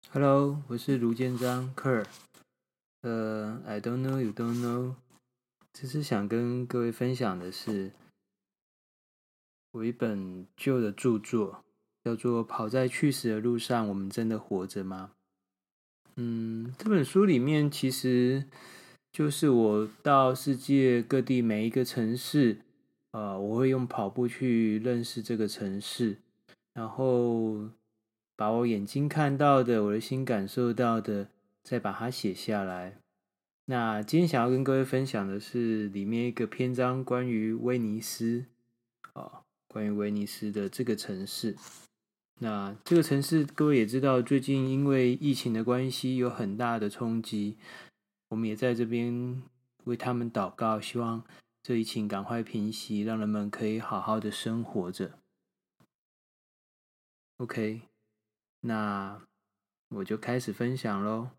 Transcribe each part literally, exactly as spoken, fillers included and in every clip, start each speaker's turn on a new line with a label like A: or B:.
A: Hello，我是卢建章 Kerr。呃，I don't know, you don't know。这次想跟各位分享的是，我一本旧的著作，叫做《跑在去死的路上，我们真的活着吗》？嗯，这本书里面其实就是我到世界各地每一个城市，呃，我会用跑步去认识这个城市，然后把我眼睛看到的，我的心感受到的，再把它写下来。那今天想要跟各位分享的是里面一个篇章，关于威尼斯，啊，关于威尼斯的这个城市。那这个城市，各位也知道，最近因为疫情的关系，有很大的冲击。我们也在这边为他们祷告，希望这疫情赶快平息，让人们可以好好的生活着。OK，那我就开始分享咯。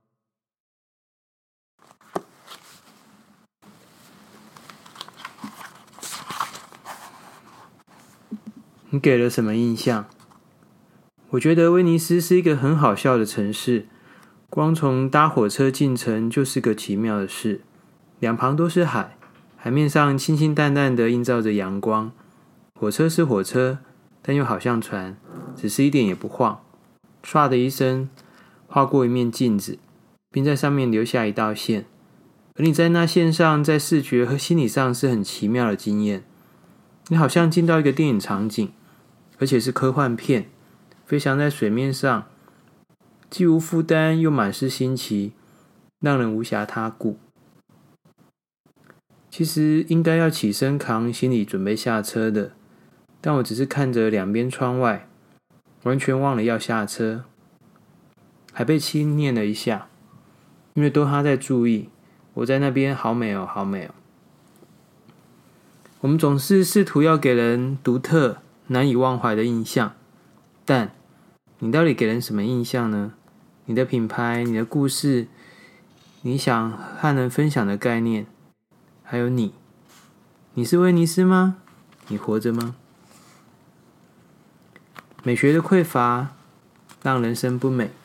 A: 你给了什么印象？我觉得威尼斯是一个很好笑的城市，光从搭火车进城就是个奇妙的事。两旁都是海，海面上清清淡淡的映照着阳光。火车是火车，但又好像船，只是一点也不晃。唰的一声，划过一面镜子，并在上面留下一道线。而你在那线上，在视觉和心理上是很奇妙的经验。你好像进到一个电影场景，而且是科幻片，飞翔在水面上，既无负担又满是新奇，让人无暇他顾。其实应该要起身扛行李准备下车的，但我只是看着两边窗外，完全忘了要下车，还被轻念了一下，因为都他在注意，我在那边好美哦，好美哦。我们总是试图要给人独特、难以忘怀的印象，但你到底给人什么印象呢？你的品牌、你的故事、你想和人分享的概念，还有你，你是威尼斯吗？你活着吗？美学的匮乏让人生不美。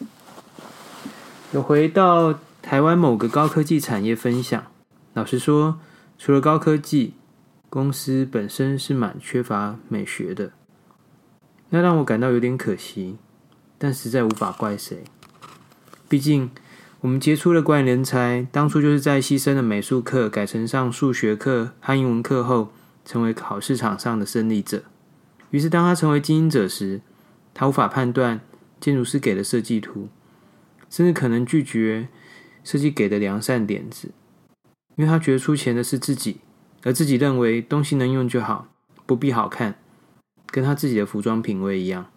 A: 有回到台湾某个高科技产业分享，老实说，除了高科技，公司本身是蛮缺乏美学的，那让我感到有点可惜，但实在无法怪谁。毕竟我们杰出的管理人才，当初就是在牺牲了美术课，改成上数学课和英文课后，成为考试场上的胜利者。于是当他成为经营者时，他无法判断建筑师给的设计图，甚至可能拒绝设计给的良善点子，因为他觉得出钱的是自己，而自己认为东西能用就好，不必好看，跟他自己的服装品味一样。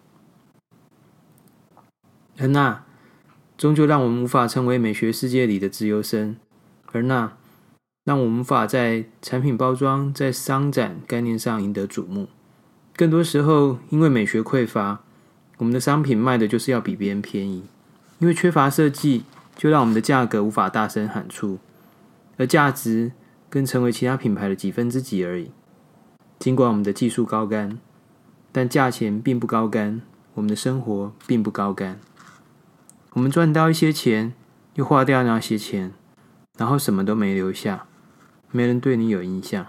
A: 而那终究让我们无法成为美学世界里的自由身，而那让我们无法在产品包装、在商展概念上赢得瞩目。更多时候，因为美学匮乏，我们的商品卖的就是要比别人便宜，因为缺乏设计，就让我们的价格无法大声喊出，而价值更成为其他品牌的几分之几而已。尽管我们的技术高竿，但价钱并不高竿，我们的生活并不高竿。我们赚到一些钱，又花掉那些钱，然后什么都没留下，没人对你有印象。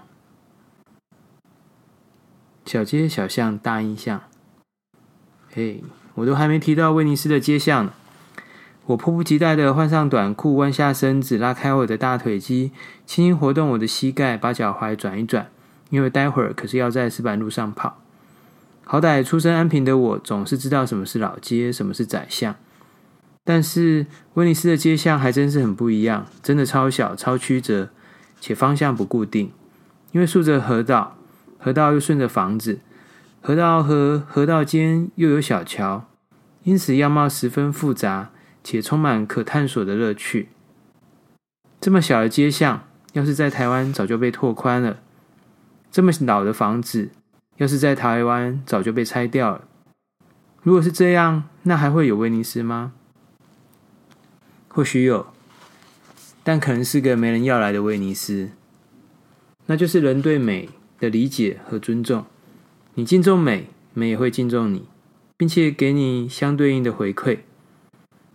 A: 小街小巷大印象。嘿，我都还没提到威尼斯的街巷呢。我迫不及待地换上短裤，弯下身子，拉开我的大腿肌，轻轻活动我的膝盖，把脚踝转一转，因为待会儿可是要在石板路上跑。好歹出身安平的我，总是知道什么是老街，什么是窄巷。但是威尼斯的街巷还真是很不一样，真的超小、超曲折，且方向不固定，因为顺着河道，河道又顺着房子，河道和河道间又有小桥，因此样貌十分复杂，且充满可探索的乐趣。这么小的街巷，要是在台湾早就被拓宽了；这么老的房子，要是在台湾早就被拆掉了。如果是这样，那还会有威尼斯吗？或许有，但可能是个没人要来的威尼斯。那就是人对美的理解和尊重。你敬重美，美也会敬重你，并且给你相对应的回馈。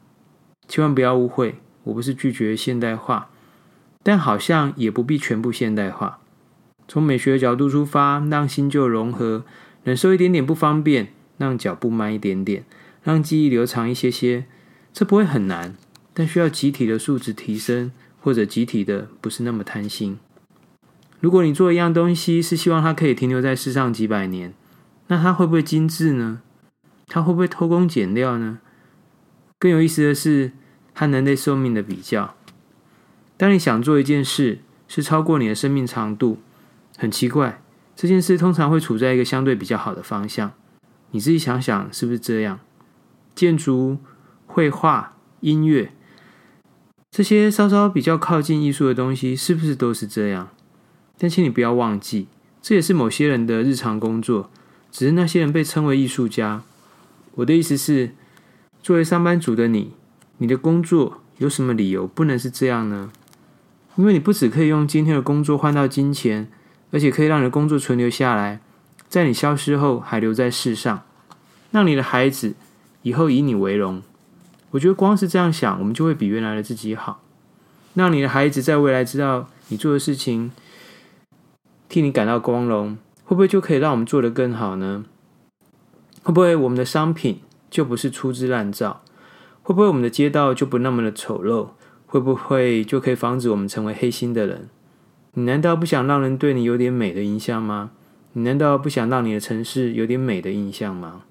A: 千万不要误会，我不是拒绝现代化，但好像也不必全部现代化。从美学的角度出发，让新旧融合，忍受一点点不方便，让脚步慢一点点，让记忆留长一些些，这不会很难，但需要集体的素质提升，或者集体的不是那么贪心。如果你做一样东西是希望它可以停留在世上几百年，那它会不会精致呢？它会不会偷工减料呢？更有意思的是和人类寿命的比较。当你想做一件事是超过你的生命长度，很奇怪，这件事通常会处在一个相对比较好的方向。你自己想想是不是这样？建筑、绘画、音乐，这些稍稍比较靠近艺术的东西是不是都是这样？但请你不要忘记，这也是某些人的日常工作，只是那些人被称为艺术家。我的意思是，作为上班族的你，你的工作有什么理由不能是这样呢？因为你不只可以用今天的工作换到金钱，而且可以让你的工作存留下来，在你消失后还留在世上，让你的孩子以后以你为荣。我觉得光是这样想，我们就会比原来的自己好。让你的孩子在未来知道你做的事情替你感到光荣，会不会就可以让我们做得更好呢？会不会我们的商品就不是粗制滥造？会不会我们的街道就不那么的丑陋？会不会就可以防止我们成为黑心的人？你难道不想让人对你有点美的印象吗？你难道不想让你的城市有点美的印象吗？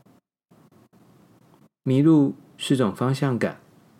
A: 迷路是种方向感，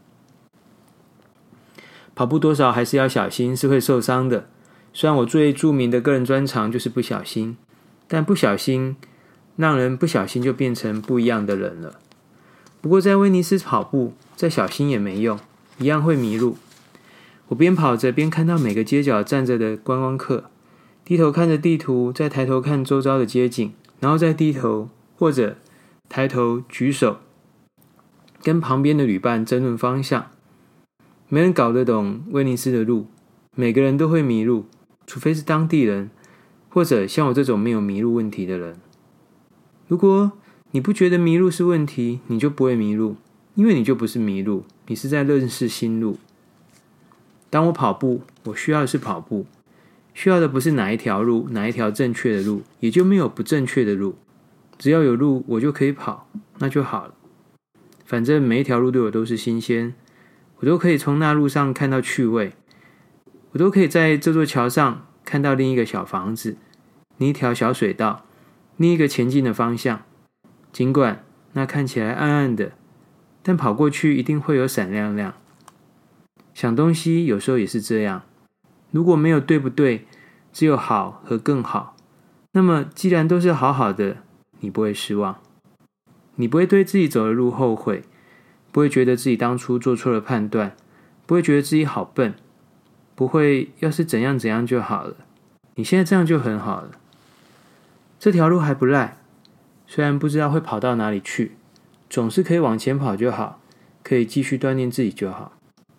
A: 跑步多少还是要小心，是会受伤的。虽然我最著名的个人专长就是不小心，但不小心让人不小心就变成不一样的人了。不过在威尼斯跑步，再小心也没用，一样会迷路。我边跑着边看到每个街角站着的观光客，低头看着地图，再抬头看周遭的街景，然后再低头或者抬头举手，跟旁边的旅伴争论方向。没人搞得懂威尼斯的路，每个人都会迷路，除非是当地人，或者像我这种没有迷路问题的人。如果你不觉得迷路是问题，你就不会迷路，因为你就不是迷路，你是在认识新路。当我跑步，我需要的是跑步，需要的不是哪一条路，哪一条正确的路，也就没有不正确的路。只要有路，我就可以跑，那就好了。反正每一条路对我都是新鲜，我都可以从那路上看到趣味，我都可以在这座桥上看到另一个小房子，另一条小水道，另一个前进的方向。尽管那看起来暗暗的，但跑过去一定会有闪亮亮。想东西有时候也是这样，如果没有对不对，只有好和更好，那么既然都是好好的，你不会失望，你不会对自己走的路后悔，不会觉得自己当初做错了判断，不会觉得自己好笨，不会要是怎样怎样就好了，你现在这样就很好了。这条路还不赖，虽然不知道会跑到哪里去，总是可以往前跑就好，可以继续锻炼自己就好。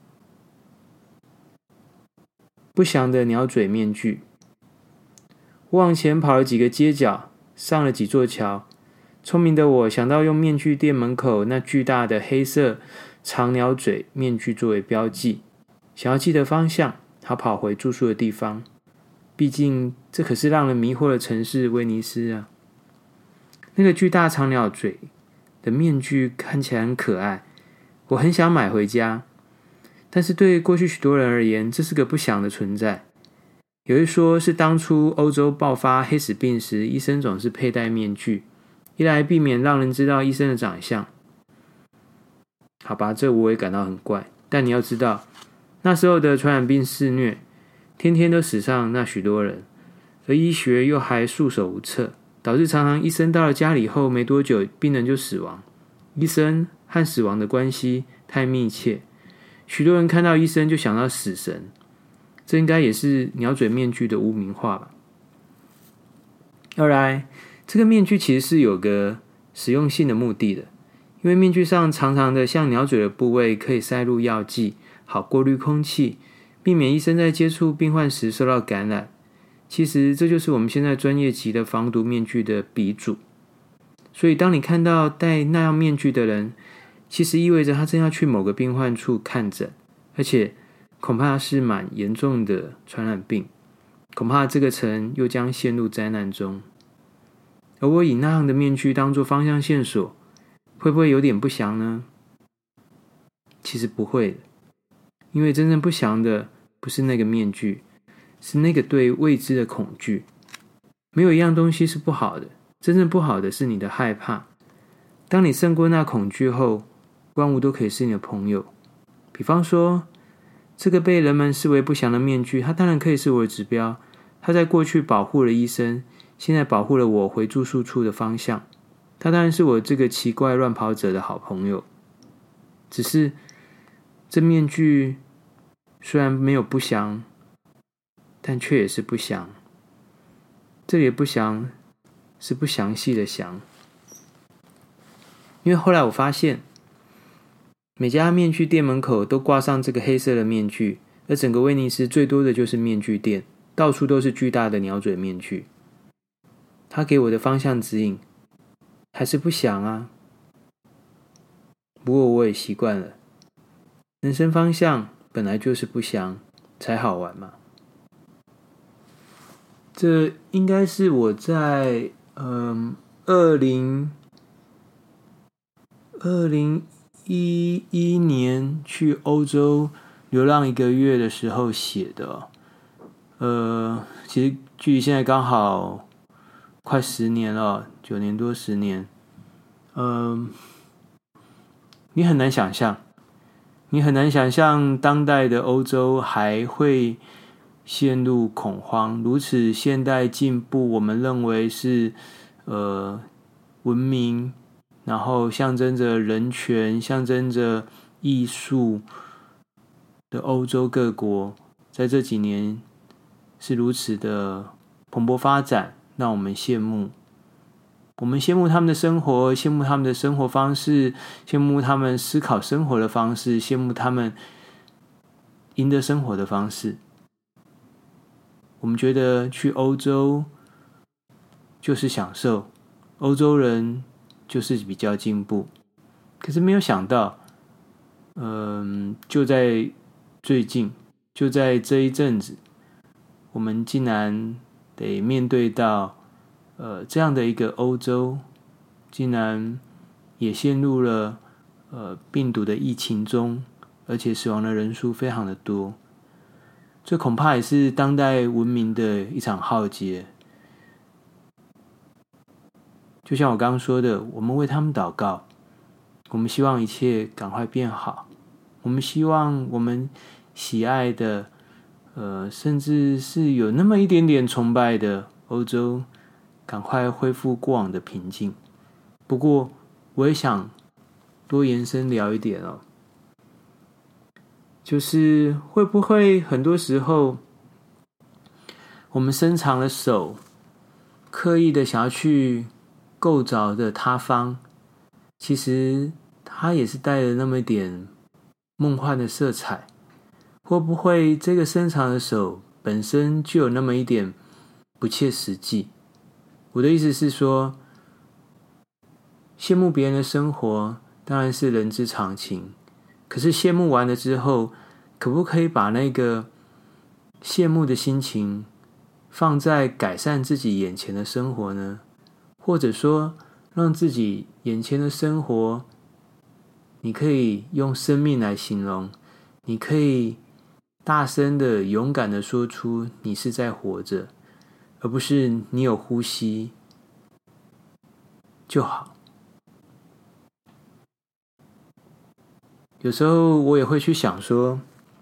A: 不祥的鸟嘴面具。我往前跑了几个街角，上了几座桥。聪明的我想到用面具店门口那巨大的黑色长鸟嘴面具作为标记，想要记得方向，好跑回住宿的地方。毕竟这可是让人迷惑的城市威尼斯啊。那个巨大长鸟嘴的面具看起来很可爱，我很想买回家。但是对过去许多人而言，这是个不祥的存在。有一说是当初欧洲爆发黑死病时，医生总是佩戴面具，一来避免让人知道医生的长相。好吧，这我也感到很怪，但你要知道，那时候的传染病肆虐，天天都死上那许多人，而医学又还束手无策，导致常常医生到了家里后没多久，病人就死亡。医生和死亡的关系太密切，许多人看到医生就想到死神，这应该也是鸟嘴面具的污名化吧。二来，这个面具其实是有个实用性的目的的，因为面具上长长的像鸟嘴的部位可以塞入药剂，好过滤空气，避免医生在接触病患时受到感染。其实这就是我们现在专业级的防毒面具的鼻祖。所以当你看到戴那样面具的人， 其实意味着他正要去某个病患处看诊，而且恐怕是蛮严重的传染病，恐怕这个城又将陷入灾难中。而我以那样的面具当作方向线索，会不会有点不祥呢？其实不会的，因为真正不祥的不是那个面具，是那个对未知的恐惧。没有一样东西是不好的，真正不好的是你的害怕。当你胜过那恐惧后，万物都可以是你的朋友。比方说，这个被人们视为不祥的面具，它当然可以是我的指标。它在过去保护了医生，现在保护了我回住宿处的方向。它当然是我这个奇怪乱跑者的好朋友。只是这面具虽然没有不祥，但却也是不祥。这里的不详是不详细的详，因为后来我发现，每家面具店门口都挂上这个黑色的面具，而整个威尼斯最多的就是面具店，到处都是巨大的鸟嘴面具。它给我的方向指引还是不详啊。不过我也习惯了，人生方向本来就是不详，才好玩嘛。这应该是我在嗯二零二零一一年去欧洲流浪一个月的时候写的、哦。呃，其实距离现在刚好快十年了，九年多十年。嗯、呃，你很难想象，你很难想象当代的欧洲还会陷入恐慌，如此现代进步，我们认为是呃文明，然后象征着人权、象征着艺术的欧洲各国，在这几年是如此的蓬勃发展，让我们羡慕。我们羡慕他们的生活，羡慕他们的生活方式，羡慕他们思考生活的方式，羡慕他们赢得生活的方式。我们觉得去欧洲就是享受，欧洲人就是比较进步。可是没有想到，嗯，就在最近，就在这一阵子，我们竟然得面对到，呃，这样的一个欧洲，竟然也陷入了呃病毒的疫情中，而且死亡的人数非常的多。这恐怕也是当代文明的一场浩劫。就像我刚刚说的，我们为他们祷告，我们希望一切赶快变好，我们希望我们喜爱的，呃，甚至是有那么一点点崇拜的欧洲，赶快恢复过往的平静。不过，我也想多延伸聊一点哦。就是会不会很多时候，我们伸长了手，刻意的想要去够着的他方，其实它也是带了那么一点梦幻的色彩。会不会这个伸长的手本身就有那么一点不切实际？我的意思是说，羡慕别人的生活当然是人之常情，可是羡慕完了之后，可不可以把那个羡慕的心情放在改善自己眼前的生活呢？或者说，让自己眼前的生活，你可以用生命来形容，你可以大声的、勇敢的说出你是在活着，而不是你有呼吸就好。有时候我也会去想说，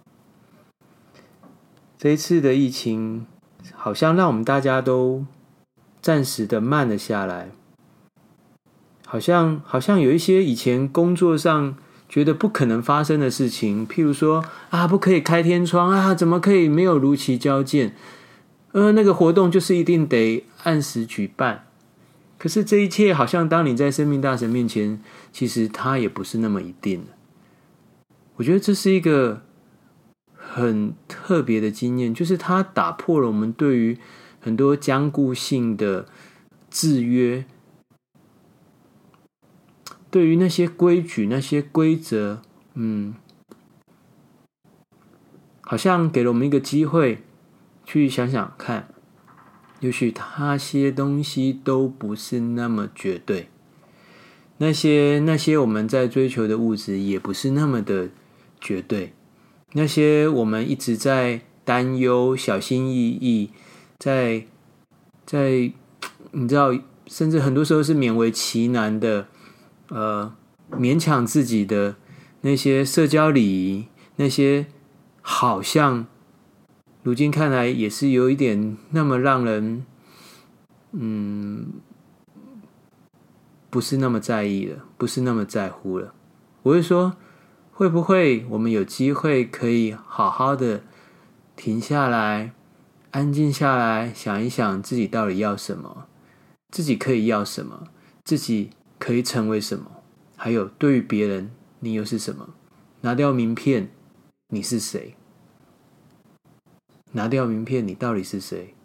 A: 这一次的疫情好像让我们大家都暂时的慢了下来，好像好像有一些以前工作上觉得不可能发生的事情，譬如说啊，不可以开天窗啊，怎么可以没有如期交件？呃，那个活动就是一定得按时举办。可是这一切好像当你在生命大神面前，其实它也不是那么一定的。我觉得这是一个很特别的经验，就是它打破了我们对于很多僵固性的制约， 对于那些规矩、那些规则，嗯，好像给了我们一个机会去想想看，也许那些东西都不是那么绝对，那些那些我们在追求的物质也不是那么的绝对，那些我们一直在担忧、小心翼翼，在在你知道，甚至很多时候是勉为其难的，呃，勉强自己的那些社交礼仪，那些好像如今看来也是有一点那么让人，嗯，不是那么在意了，不是那么在乎了。我会说，会不会我们有机会可以好好的停下来，安静下来，想一想自己到底要什么，自己可以要什么，自己可以成为什么，还有对于别人你又是什么？拿掉名片，你是谁？拿掉名片，你到底是谁？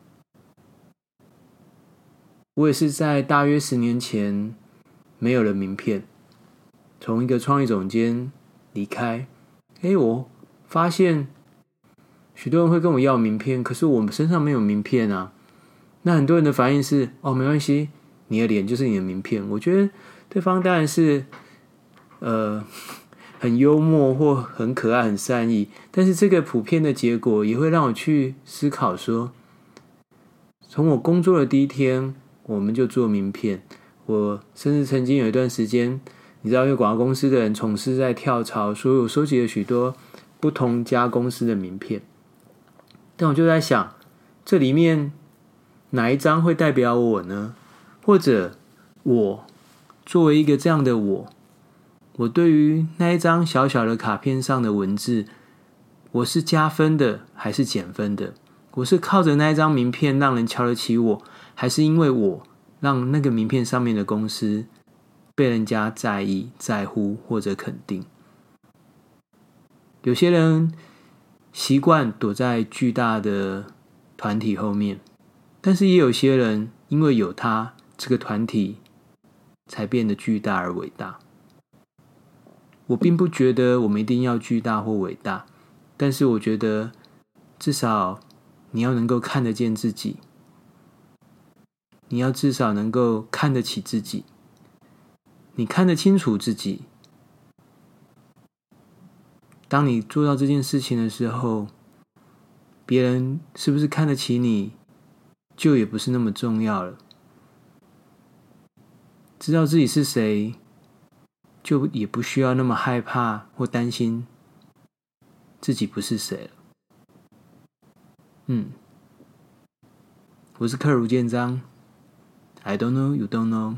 A: 我也是在大约十年前没有了名片，从一个创意总监离开。诶，我发现许多人会跟我要名片，可是我们身上没有名片啊。那很多人的反应是，哦，没关系，你的脸就是你的名片。我觉得对方当然是呃很幽默或很可爱、很善意，但是这个普遍的结果也会让我去思考说，从我工作的第一天，我们就做名片。我甚至曾经有一段时间，你知道，因为广告公司的人总是在跳槽，所以我收集了许多不同家公司的名片。但我就在想，这里面哪一张会代表我呢？或者我作为一个这样的我，我对于那一张小小的卡片上的文字，我是加分的还是减分的？我是靠着那一张名片让人瞧得起我，还是因为我让那个名片上面的公司被人家在意、在乎或者肯定？有些人习惯躲在巨大的团体后面，但是也有些人因为有他，这个团体才变得巨大而伟大。我并不觉得我们一定要巨大或伟大，但是我觉得至少你要能够看得见自己，你要至少能够看得起自己，你看得清楚自己。当你做到这件事情的时候，别人是不是看得起你，就也不是那么重要了。知道自己是谁，就也不需要那么害怕或担心自己不是谁了。嗯，我是克如建章 I don't know, you don't know。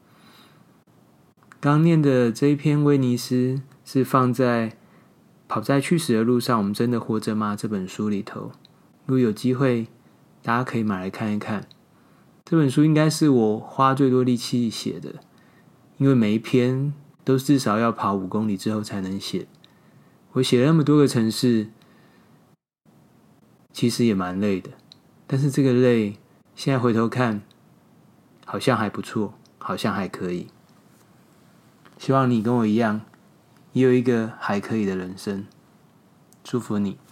A: 刚念的这一篇威尼斯是放在跑在去死的路上，我们真的活着吗？这本书里头，如果有机会，大家可以买来看一看。这本书应该是我花最多力气写的，因为每一篇都至少要跑五公里之后才能写。我写了那么多个城市，其实也蛮累的，但是这个累，现在回头看，好像还不错，好像还可以。希望你跟我一样，也有一个还可以的人生。祝福你。